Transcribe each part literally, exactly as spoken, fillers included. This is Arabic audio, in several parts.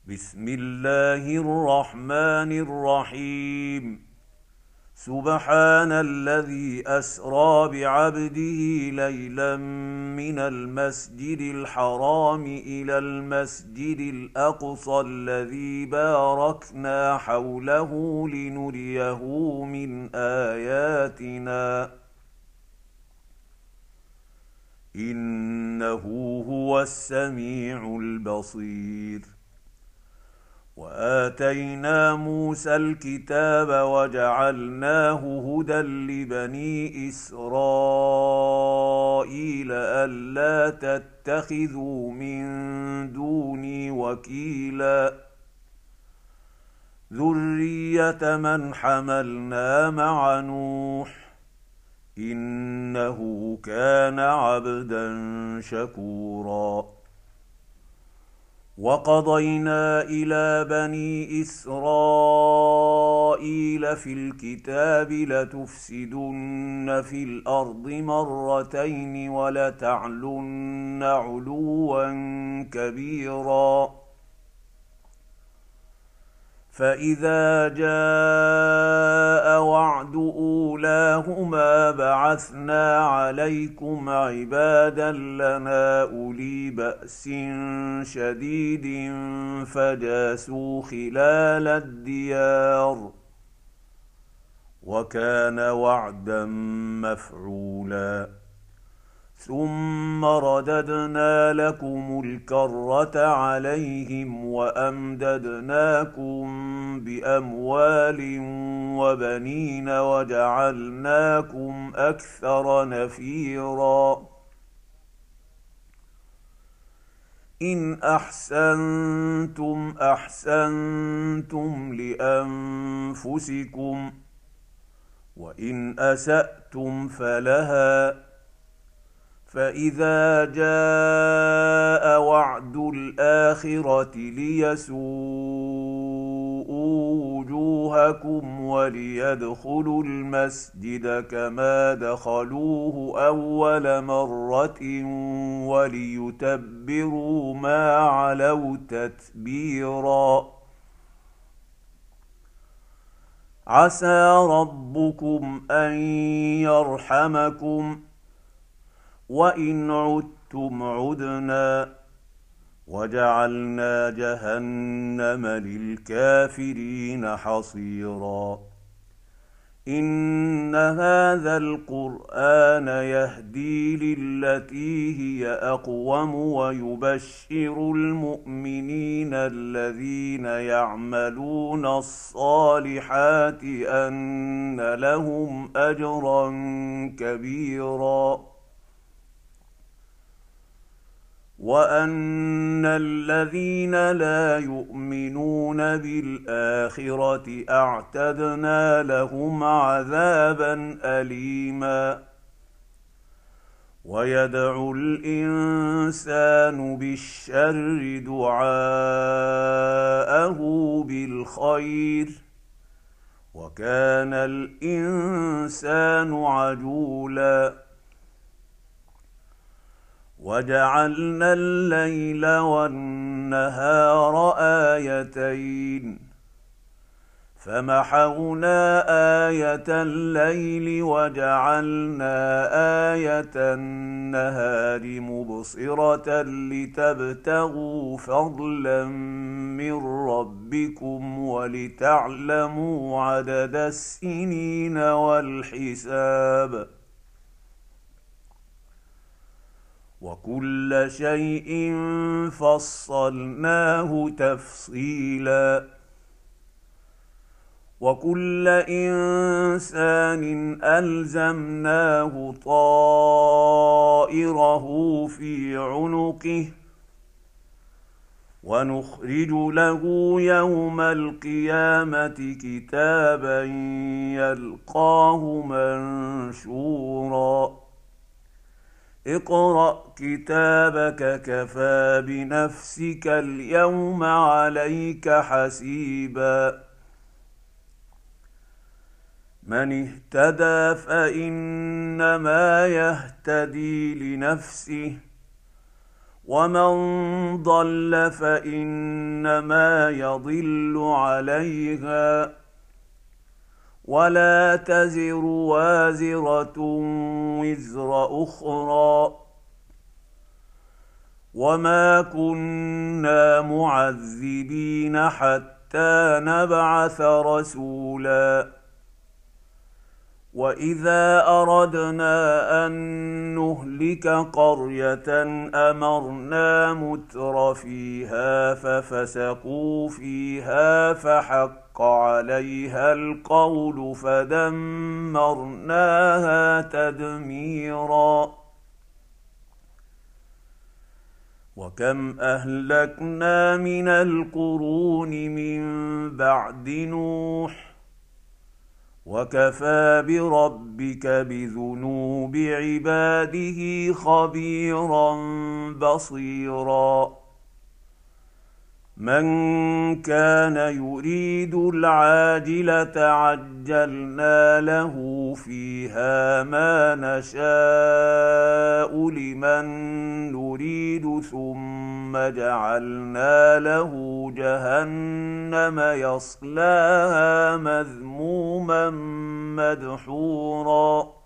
بسم الله الرحمن الرحيم. سبحان الذي أسرى بعبده ليلا من المسجد الحرام إلى المسجد الأقصى الذي باركنا حوله لنريه من آياتنا إنه هو السميع البصير. وآتينا موسى الكتاب وجعلناه هدى لبني إسرائيل ألا تتخذوا من دوني وكيلا ذرية من حملنا مع نوح إنه كان عبدا شكورا. وقضينا إلى بني إسرائيل في الكتاب لتفسدن في الأرض مرتين ولتعلن علوا كبيرا. فإذا جاء وعد أولاهما بعثنا عليكم عبادا لنا أولي بأس شديد فجاسوا خلال الديار وكان وعدا مفعولا. ثم رددنا لكم الكرة عليهم وأمددناكم بأموال وبنين وجعلناكم أكثر نفيرا. إن أحسنتم أحسنتم لأنفسكم وإن أسأتم فلها. فإذا جاء وعد الآخرة ليسوءوا وجوهكم وليدخلوا المسجد كما دخلوه أول مرة وليتبروا ما علوا تتبيرا. عسى ربكم أن يرحمكم وإن عدتم عدنا وجعلنا جهنم للكافرين حصيرا. إن هذا القرآن يهدي للتي هي أقوم ويبشر المؤمنين الذين يعملون الصالحات أن لهم أجرا كبيرا وأن الذين لا يؤمنون بالآخرة أعتدنا لهم عذابا أليما. ويدعو الإنسان بالشر دعاءه بالخير وكان الإنسان عجولا. وجعلنا الليل والنهار آيتين فمحونا آية الليل وجعلنا آية النهار مبصرة لتبتغوا فضلا من ربكم ولتعلموا عدد السنين والحساب وكل شيء فصلناه تفصيلا. وكل إنسان ألزمناه طائره في عنقه ونخرج له يوم القيامة كتابا يلقاه منشورا. اقرأ كتابك كفى بنفسك اليوم عليك حسيبا. من اهتدى فإنما يهتدي لنفسه ومن ضل فانما يضل عليها ولا تزر وازره وزر اخرى وما كنا معذبين حتى نبعث رسولا واذا اردنا ان نهلك قريه امرنا متر فيها ففسقوا فيها فحق عليها القول فدمرناها تدميرا وكم اهلكنا من القرون من بعد نوح وكفى بربك بذنوب عباده خبيرا بصيرا من كان يريد العاجله عجلنا له فيها ما نشاء لمن نريد ثم جعلنا له جهنم يصلاها مذموما مدحورا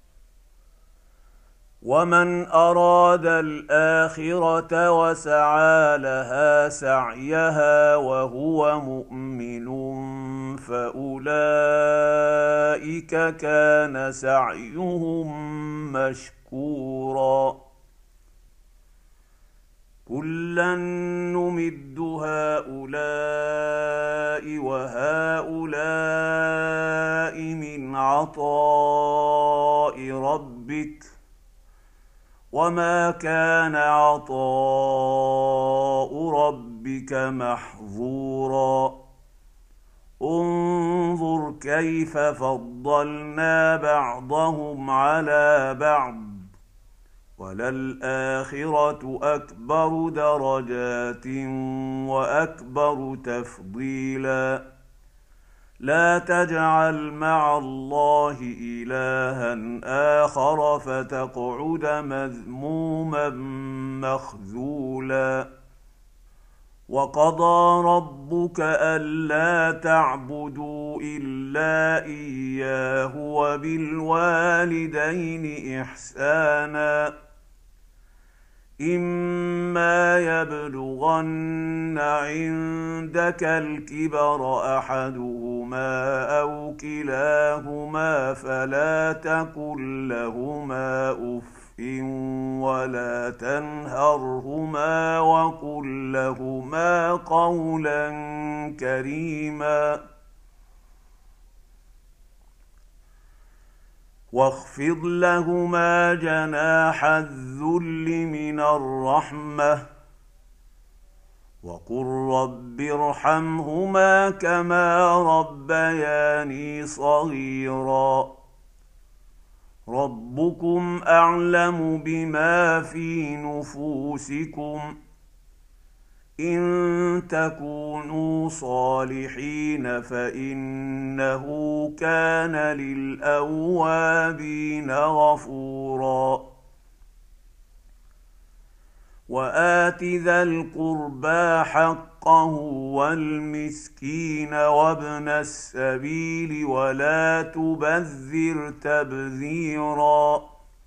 ومن اراد الاخره وسعى لها سعيها وهو مؤمن فاولئك كان سعيهم مشكورا كلا نمد هؤلاء وهؤلاء من عطاء ربك وما كان عطاء ربك محظورا انظر كيف فضلنا بعضهم على بعض وللآخرة أكبر درجات وأكبر تفضيلا لا تجعل مع الله إلها آخر فتقعد مذموما مخذولا وقضى ربك ألا تعبدوا إلا إياه وبالوالدين إحسانا إما يبلغن عندك الكبر أحدهما أو كلاهما فلا تقل لهما أف ولا تنهرهما وقل لهما قولا كريما واخفض لهما جناح الذل من الرحمة وقل رب ارحمهما كما ربياني صغيرا ربكم أعلم بما في نفوسكم إن تكونوا صالحين فإنه كان للأوابين غفورا وآت ذا القربى حقه والمسكين وابن السبيل ولا تبذر تبذيرا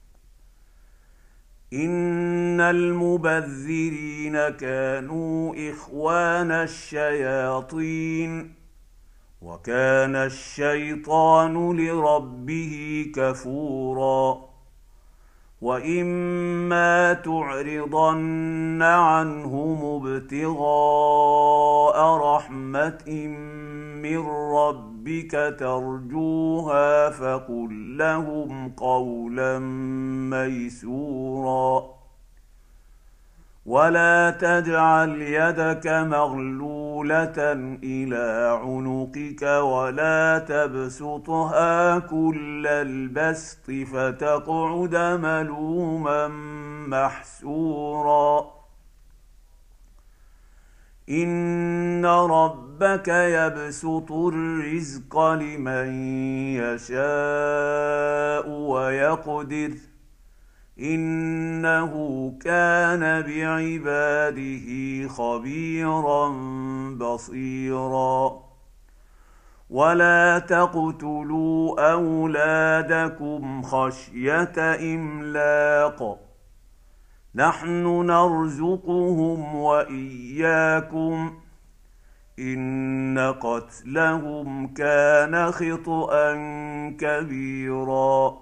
إن المبذرين كانوا إخوان الشياطين وكان الشيطان لربه كفورا وإما تعرضن عنهم ابتغاء رحمة من ربك ترجوها فقل لهم قولا ميسورا ولا تجعل يدك مغلولة إلى عنقك ولا تبسطها كل البسط فتقعد ملوما محسورا إن ربك يبسط الرزق لمن يشاء ويقدر انه كان بعباده خبيرا بصيرا. ولا تقتلوا اولادكم خشيه املاق نحن نرزقهم واياكم ان قتلهم كان خطأ كبيرا.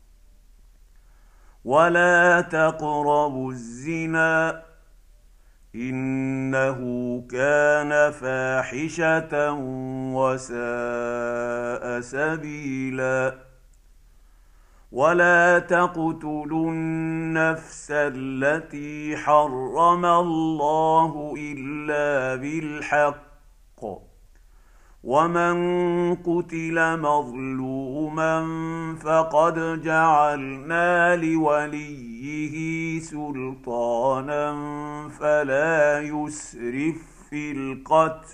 ولا تقربوا الزنا انه كان فاحشه وساء سبيلا. ولا تقتلوا النفس التي حرم الله الا بالحق ومن قتل مظلوما فقد جعلنا لوليه سلطانا فلا يسرف في القتل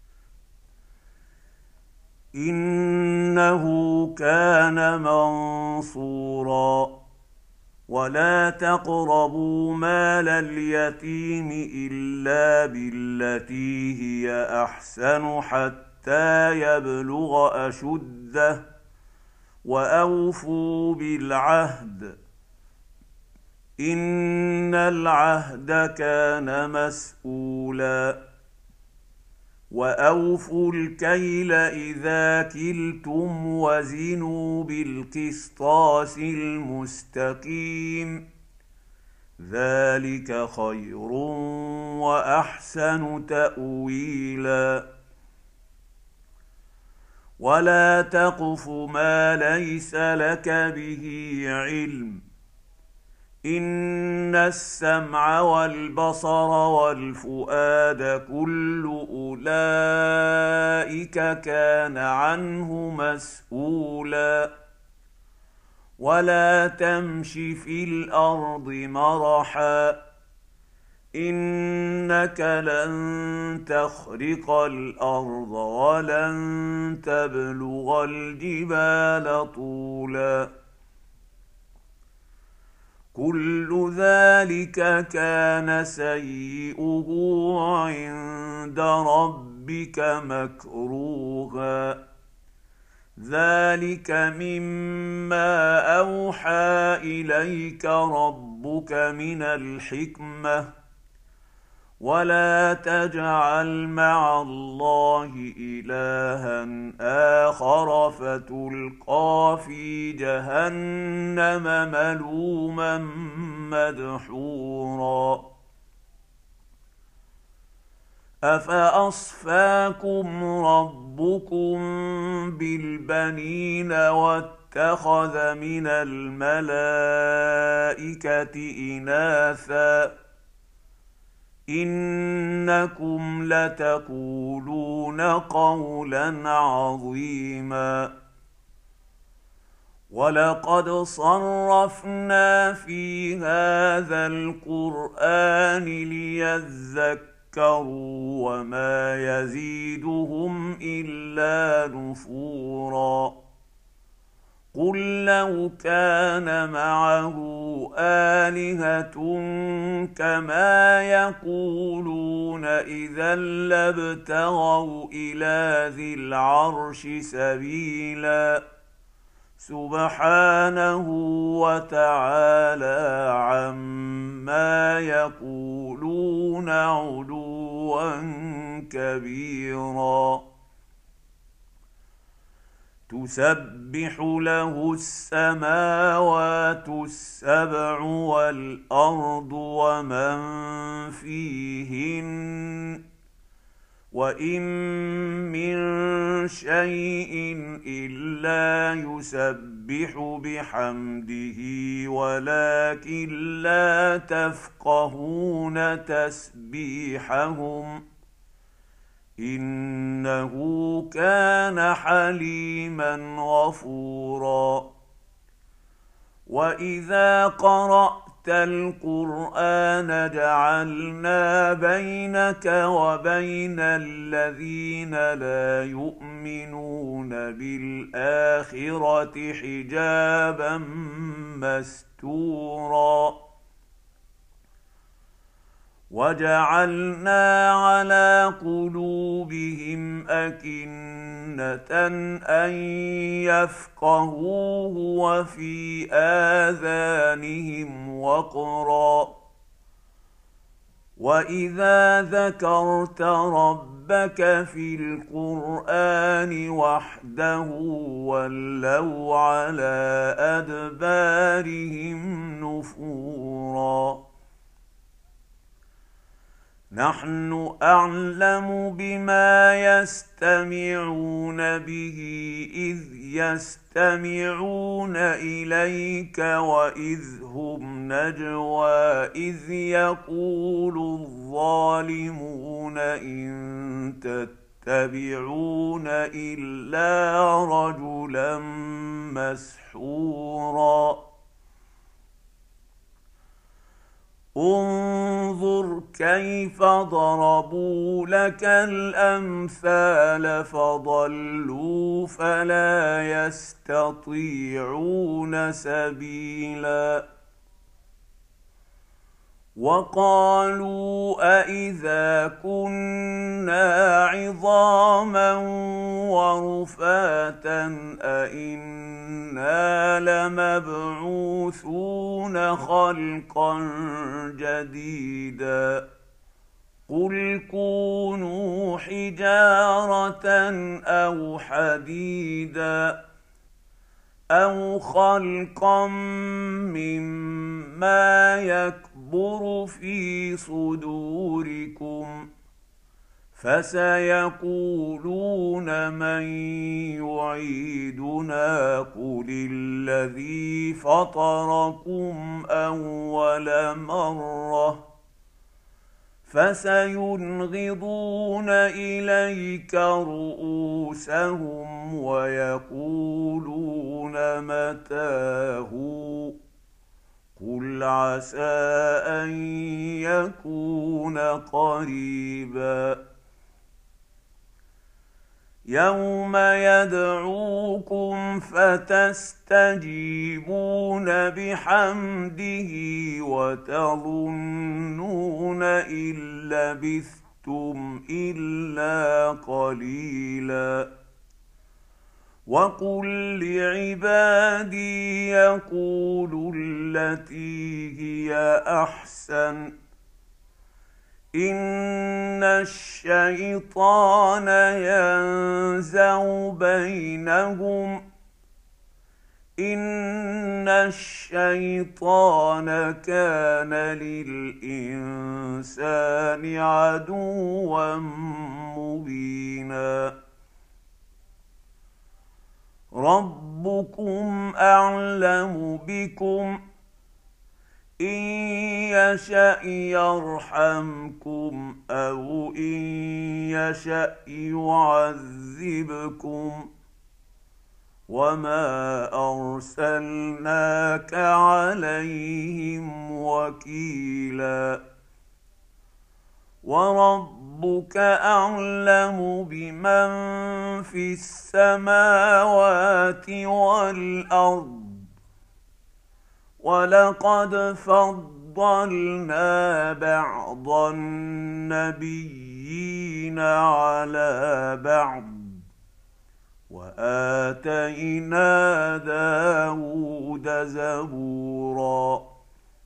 انه كان منصورا. ولا تقربوا مال اليتيم الا بالتي هي احسن حتى يبلغ اشده واوفوا بالعهد ان العهد كان مسؤولا. واوفوا الكيل اذا كلتم وزنوا بالقسطاس المستقيم ذلك خير واحسن تاويلا. ولا تقف ما ليس لك به علم ان السمع والبصر والفؤاد كل اولئك كان عنه مسؤولا. ولا تمش في الارض مرحا انك لن تخرق الارض ولن تبلغ الجبال طولا. كل ذلك كان سيئه عند ربك مكروها. ذلك مما اوحى اليك ربك من الحكمه. ولا تجعل مع الله الها اخر فتلقى في جهنم ملوما مدحورا. افاصفاكم ربكم بالبنين واتخذ من الملائكه اناثا انكم لتقولون قولا عظيما. ولقد صرفنا في هذا القرآن ليذكروا وما يزيدهم إلا نفورا. قل لو كان معه آلهة كما يقولون إذا لابتغوا إلى ذي العرش سبيلا سبحانه وتعالى عما يقولون علوا كبيرا. تسبح له السماوات السبع والأرض ومن فيهن وإن من شيء إلا يسبح بحمده ولكن لا تفقهون تسبيحهم إنه كان حليما غفورا. وإذا قرأت القرآن جعلنا بينك وبين الذين لا يؤمنون بالآخرة حجابا مستورا وجعلنا على قلوبهم أكنة أن يفقهوه وفي آذانهم وقرا وإذا ذكرت ربك في القرآن وحده ولوا على أدبارهم نفورا نحن أعلم بما يستمعون به إذ يستمعون إليك وإذ هم نجوى إذ يقول الظالمون إن تتبعون إلا رجلا مسحورا انظر كيف ضربوا لك الأمثال فضلوا فلا يستطيعون سبيلا وقالوا أإذا كنا عظاما ورفاتا أإنا لمبعوثون خلقا جديدا قل كونوا حجارة أو حديدا أو خلقا مما يكبر في صدوركم فسيقولون من يعيدنا قل الذي فطركم أول مرة فسينغضون إليك رؤوسهم ويقولون متى هو قل عسى أن يكون قريبا يوم يدعوكم فتستجيبون بحمده وتظنون إن لبثتم إلا قليلا وقل لعبادي يقولوا التي هي أحسن إن الشيطان ينزغ بينهم إن الشيطان كان للإنسان عدوا مبينا ربكم أعلم بكم إن يشأ يرحمكم أو إن يشأ يعذبكم وما أرسلناك عليهم وكيلا وربك أعلم بمن في السماوات والأرض ولقد فضلنا بعض النبيين على بعض وآتينا داود زبورا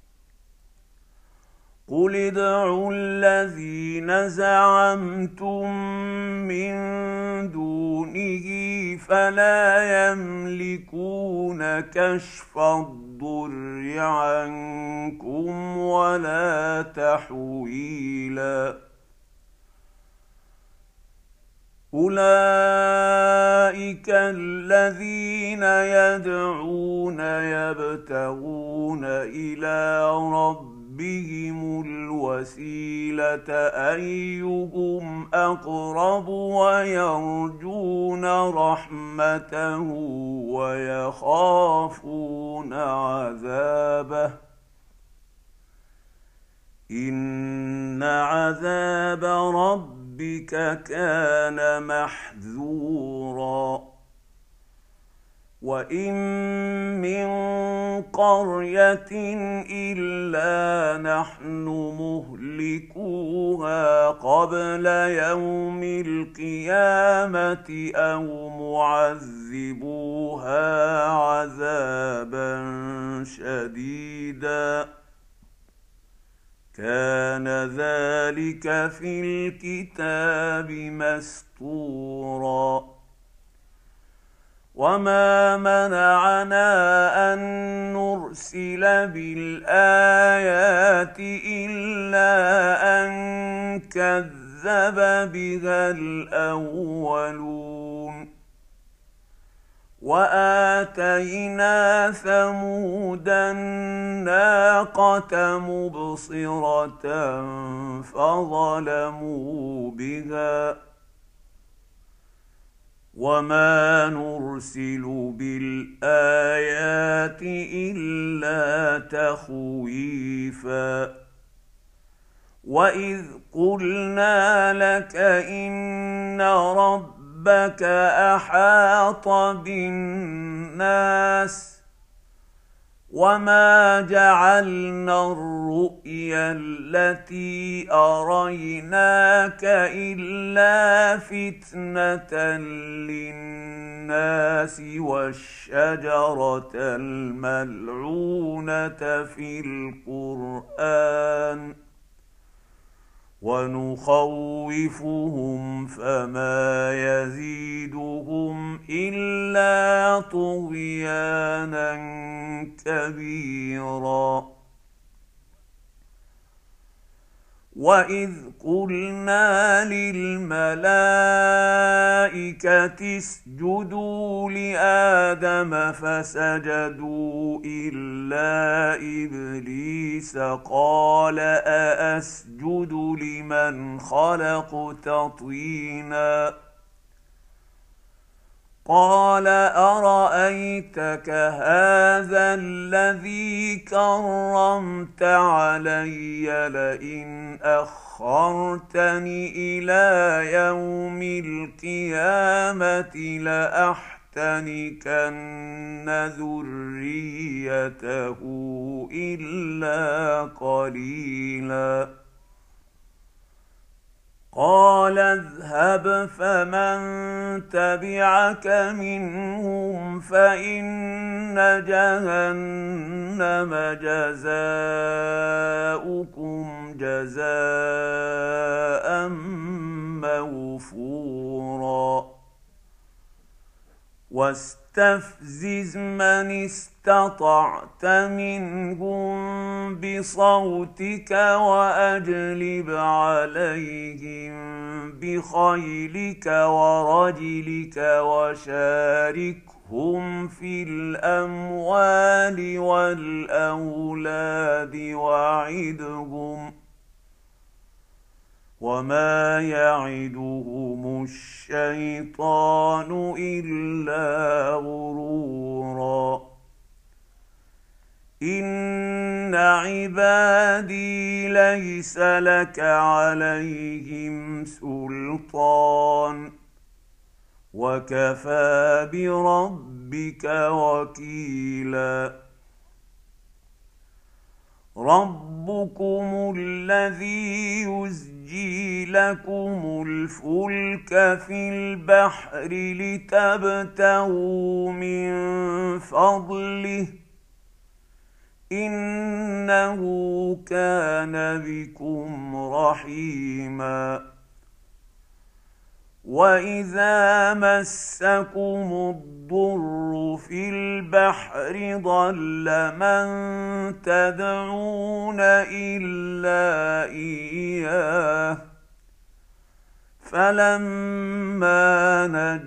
قل ادعوا الذين زعمتم من دونه فلا يملكون كشف الضر عنكم ولا تحويلا أولئك الذين يدعون يبتغون إلى ربهم بهم الوسيلة أيهم أقرب ويرجون رحمته ويخافون عذابه إن عذاب ربك كان محذورا وإن من قرية إلا نحن مهلكوها قبل يوم القيامة أو معذبوها عذابا شديدا كان ذلك في الكتاب مسطورا وما منعنا أن نرسل بالآيات إلا أن كذب بها الأولون وآتينا ثمود الناقة مبصرة فظلموا بها وما نرسل بالآيات إلا تخويفا وإذ قلنا لك إن ربك أحاط بالناس وما جعلنا الرؤيا التي أريناك إلا فتنة للناس والشجرة الملعونة في القرآن ونخوفهم فما يزيدهم إلا طغيانا كبيرا وإذ قلنا للملائكة اسجدوا لآدم فسجدوا إلا إبليس قال أأسجد لمن خلقت طينا قال أرأيتك هذا الذي كرمت علي لئن أخرتني إلى يوم القيامة لأحتنكن ذريته إلا قليلا قال اذهب فمن تبعك منهم فإن جهنم جزاؤكم جزاء موفورا واستفزز من استطعت منهم بصوتك وأجلب عليهم بخيلك ورجلك وشاركهم في الأموال والأولاد وعدهم وما يعدهم الشيطان إلا غرورا إن عبادي ليس لك عليهم سلطان وكفى بربك وكيلا ربكم الذي يزجي لكم الفلك في البحر لتبتغوا من فضله إنه كان بكم رحيما وإذا مسكم الضر في البحر ضل من تدعون إلا إياه فلما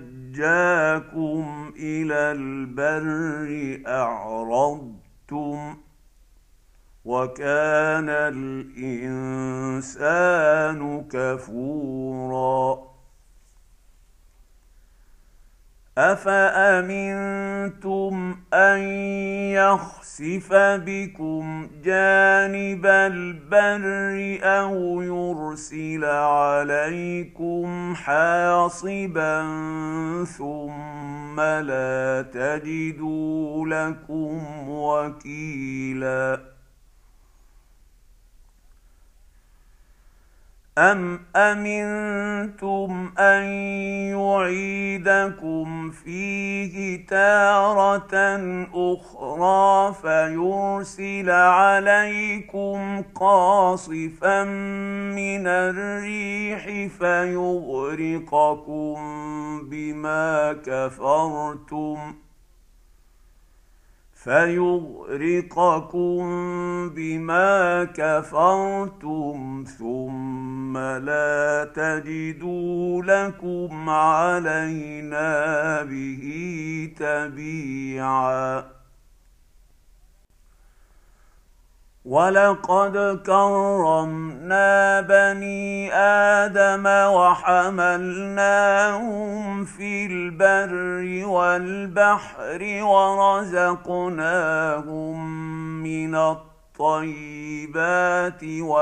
نجاكم إلى البر أعرضتم وكان الإنسان كفورا أفأمنتم أن يخسف بكم جانب البر أو يرسل عليكم حاصبا ثم لا تجدوا لكم وكيلا أم أمنتم أن يعيدكم فيه تارة أخرى فيرسل عليكم قاصفا من الريح فيغرقكم بما كفرتم فيغرقكم بما كفرتم ثم لا تجدوا لكم علينا به تبيعا ولقد كرمنا بني آدم وحملناهم في البر والبحر ورزقناهم من الطيبات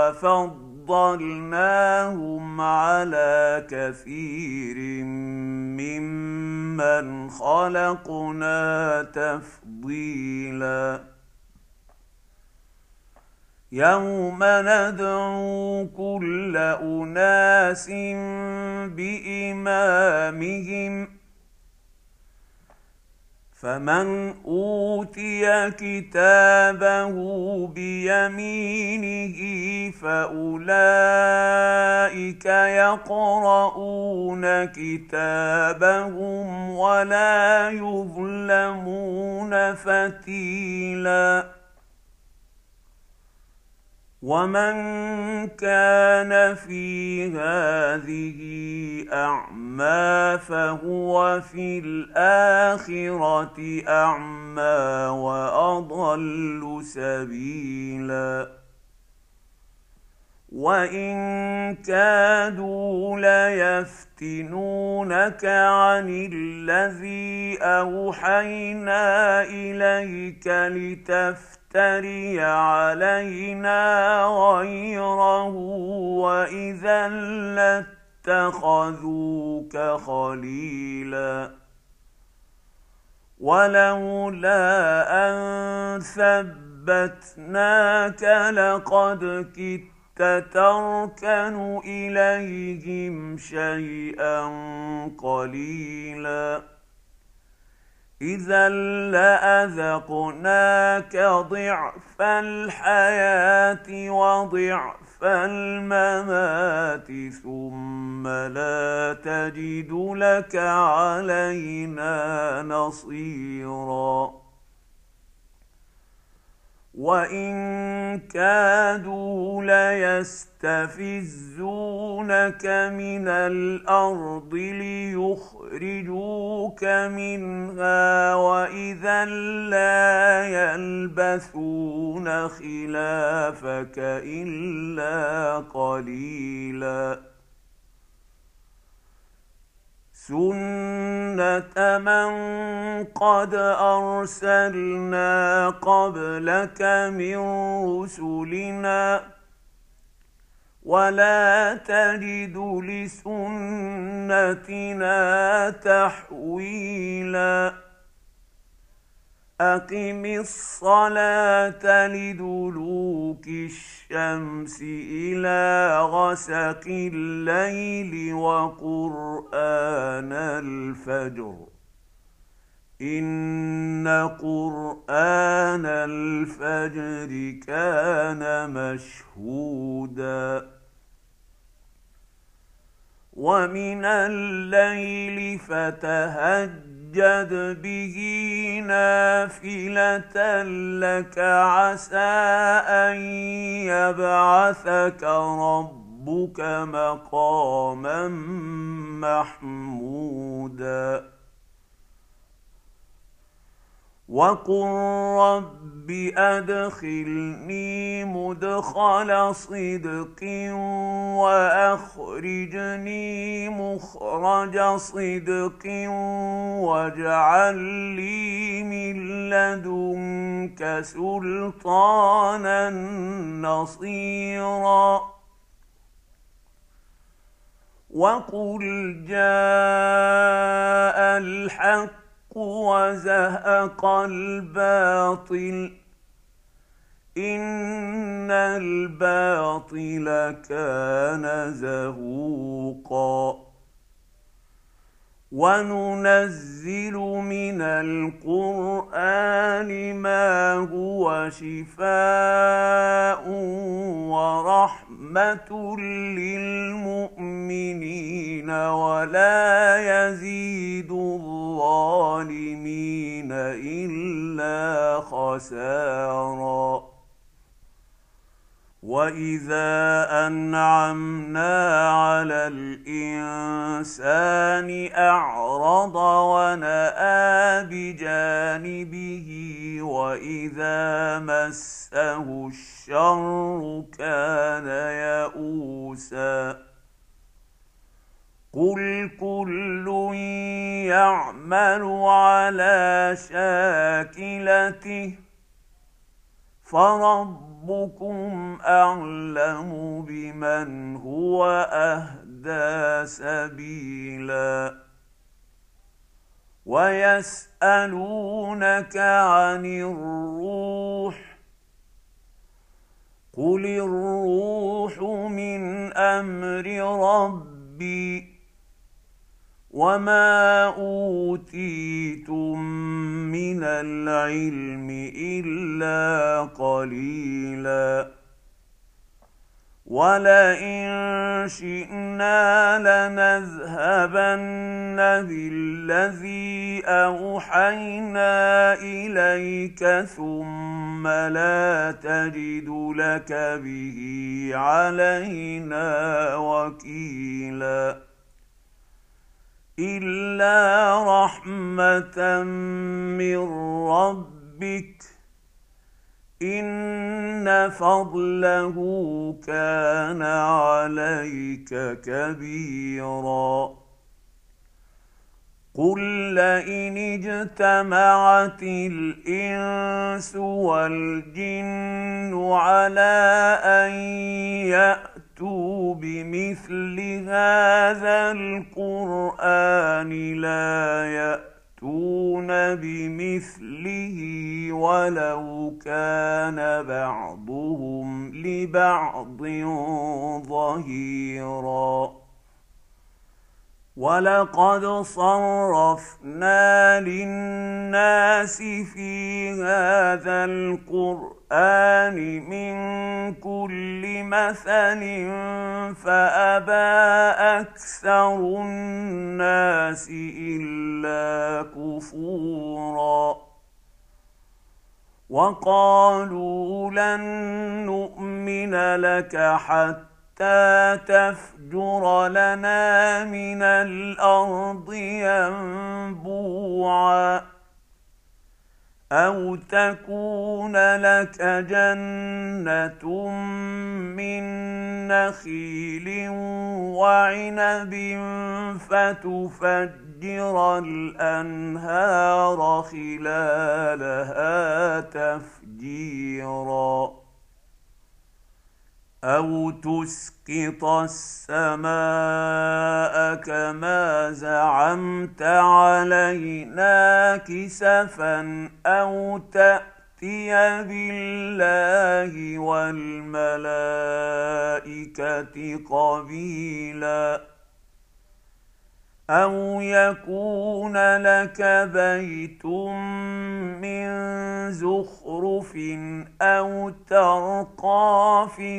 وفضلناهم على كثير ممن خلقنا تفضيلا يوم ندعو كل أناس بإمامهم فمن أوتي كتابه بيمينه فأولئك يقرؤون كتابهم ولا يظلمون فتيلاً ومن كان في هذه أعمى فهو في الآخرة أعمى وأضل سبيلا وإن كادوا ليفتنونك عن الذي أوحينا إليك لتفتن تري علينا غيره وإذا لاتخذوك خليلا ولولا أن ثبتناك لقد كدت تركن إليهم شيئا قليلا إذا لأذقناك ضعف الحياة وضعف الممات ثم لا تجد لك علينا نصيرا وإن كادوا ليستفزونك من الأرض ليخرجوك منها وإذا لا يلبثون خلافك إلا قليلا سنة من قد أرسلنا قبلك من رسلنا ولا تجد لسنتنا تحويلا أقم الصلاة لدلوك الشمس إلى غسق الليل وقرآن الفجر إن قرآن الفجر كان مشهودا ومن الليل فتهجد تهجد به نافلة لك عسى أن يبعثك ربك مقاما محمودا وقل رب أدخلني مدخل صدق وأخرجني مخرج صدق واجعل لي من لدنك سلطانا نصيرا وقل جاء الحق وزهق الباطل إن الباطل كان زهوقا وننزل من القرآن ما هو شفاء ورحمة للمؤمنين ولا يزيد الظالمين إلا خسارا وإذا أنعمنا على الإنسان أعرض ونأى بجانبه وإذا مسه الشر كان يئوسا قل كل يعمل على شاكلته فربكم أعلم بمن هو أهدى سبيلا ويسألونك عن الروح قل الروح من أمر ربي وما أوتيتم من العلم إلا قليلا ولئن شئنا لنذهبن بالذي أوحينا إليك ثم لا تجد لك به علينا وكيلا إلا رحمة من ربك إن فضله كان عليك كبيرا قل لئن اجتمعت الإنس والجن على أن يأتوا بمثل هذا القرآن لا يأتون بمثله ولو كان بعضهم لبعض ظهيرا ولقد صرفنا للناس في هذا القرآن من كل مثل فأبى أكثر الناس إلا كفورا وقالوا لن نؤمن لك حتى تفجر لنا من الأرض ينبوعا أو تكون لك جنة من نخيل وعنب فتفجر الأنهار خلالها تفجيرا أو تسقط السماء كما زعمت علينا كسفا أو تأتي بالله والملائكة قبيلا أو يكون لك بيت من زخرف أو ترقى في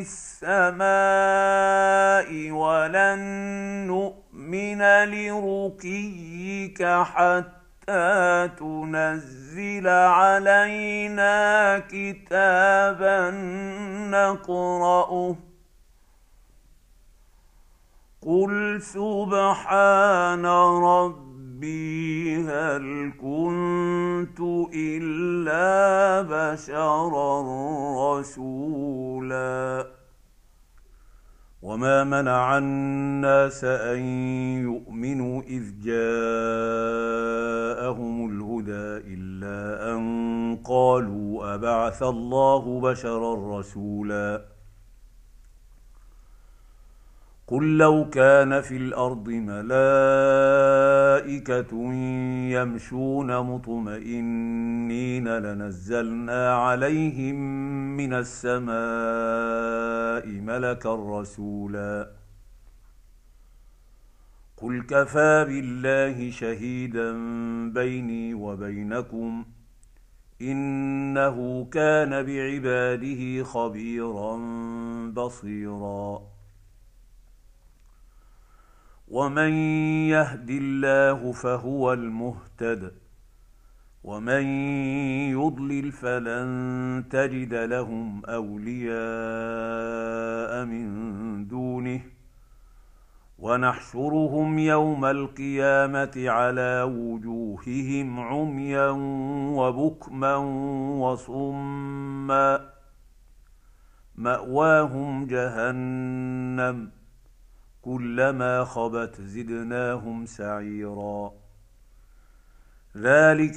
السماء ولن نؤمن لرقيك حتى تنزل علينا كتابا نقرأه قل سبحان ربي ربي هل كنت إلا بشرا رسولا وما منع الناس أن يؤمنوا إذ جاءهم الهدى إلا أن قالوا أبعث الله بشرا رسولا قل لو كان في الأرض ملائكة يمشون مطمئنين لنزلنا عليهم من السماء ملكا رسولا قل كفى بالله شهيدا بيني وبينكم إنه كان بعباده خبيرا بصيرا ومن يهد الله فهو المهتد ومن يضلل فلن تجد لهم أولياء من دونه ونحشرهم يوم القيامة على وجوههم عميا وبكما وصما مأواهم جهنم كلما خبت زدناهم سعيرا ذلك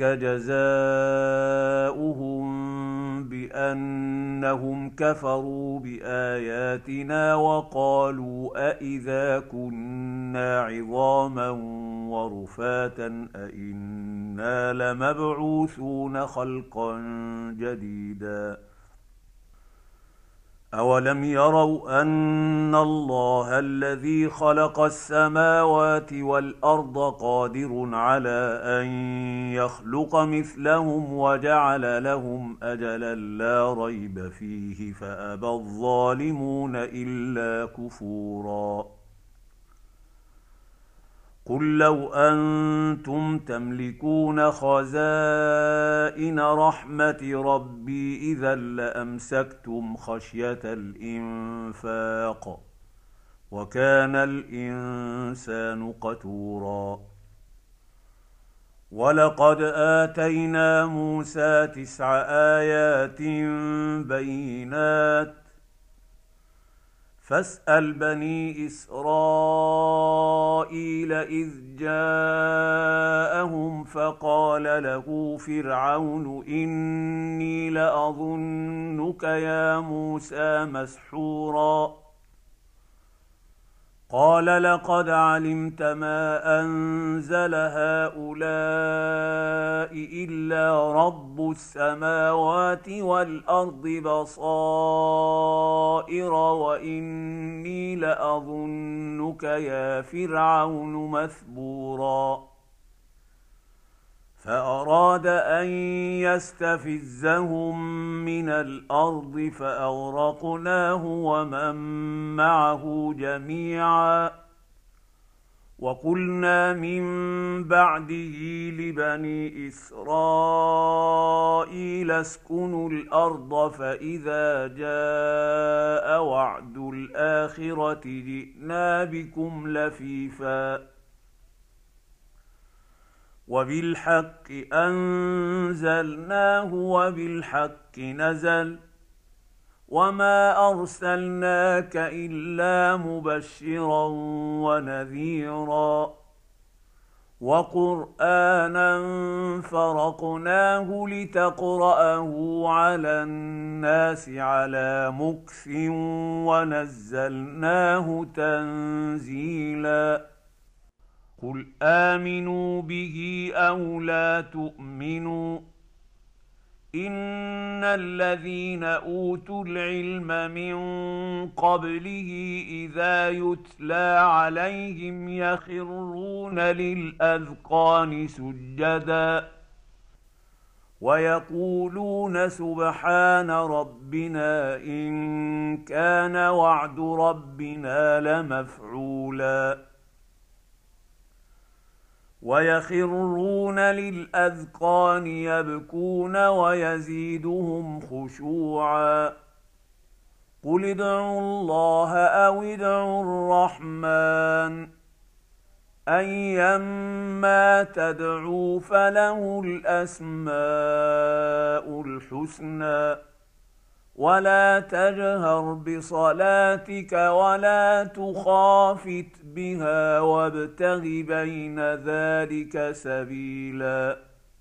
جزاؤهم بأنهم كفروا بآياتنا وقالوا أإذا كنا عظاما ورفاتا أإنا لمبعوثون خلقا جديدا أولم يروا أن الله الذي خلق السماوات والأرض قادر على أن يخلق مثلهم وجعل لهم أجلا لا ريب فيه فأبى الظالمون إلا كفورا قل لو أنتم تملكون خزائن رحمة ربي إذا لأمسكتم خشية الإنفاق وكان الإنسان قتورا ولقد آتينا موسى تسع آيات بينات فاسأل بني إسرائيل إذ جاءهم فقال له فرعون إني لأظنك يا موسى مسحورا قال لقد علمت ما أنزل هؤلاء إلا رب السماوات والأرض بصائر وإني لأظنك يا فرعون مثبورا فأراد أن يستفزهم من الأرض فأغرقناه ومن معه جميعا وقلنا من بعده لبني إسرائيل اسكنوا الأرض فإذا جاء وعد الآخرة جئنا بكم لفيفا وبالحق أنزلناه وبالحق نزل وما أرسلناك إلا مبشرا ونذيرا وقرآنا فرقناه لتقرأه على الناس على مكث ونزلناه تنزيلا قل آمنوا به أو لا تؤمنوا إن الذين أوتوا العلم من قبله إذا يتلى عليهم يخرون للأذقان سجدا ويقولون سبحان ربنا إن كان وعد ربنا لمفعولا ويخرون للأذقان يبكون ويزيدهم خشوعا قل ادعوا الله أو ادعوا الرحمن ايما تدعوا فله الاسماء الحسنى ولا تجهر بصلاتك ولا تخافت بها وابتغ بين ذلك سبيلا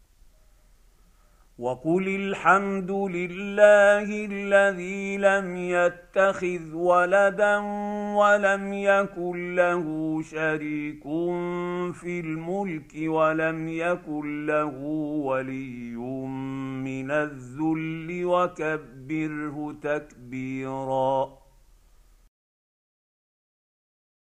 وقل الحمد لله الذي لم يتخذ ولدا ولم يكن له شريك في الملك ولم يكن له ولي من الذل وكبره تكبيرا.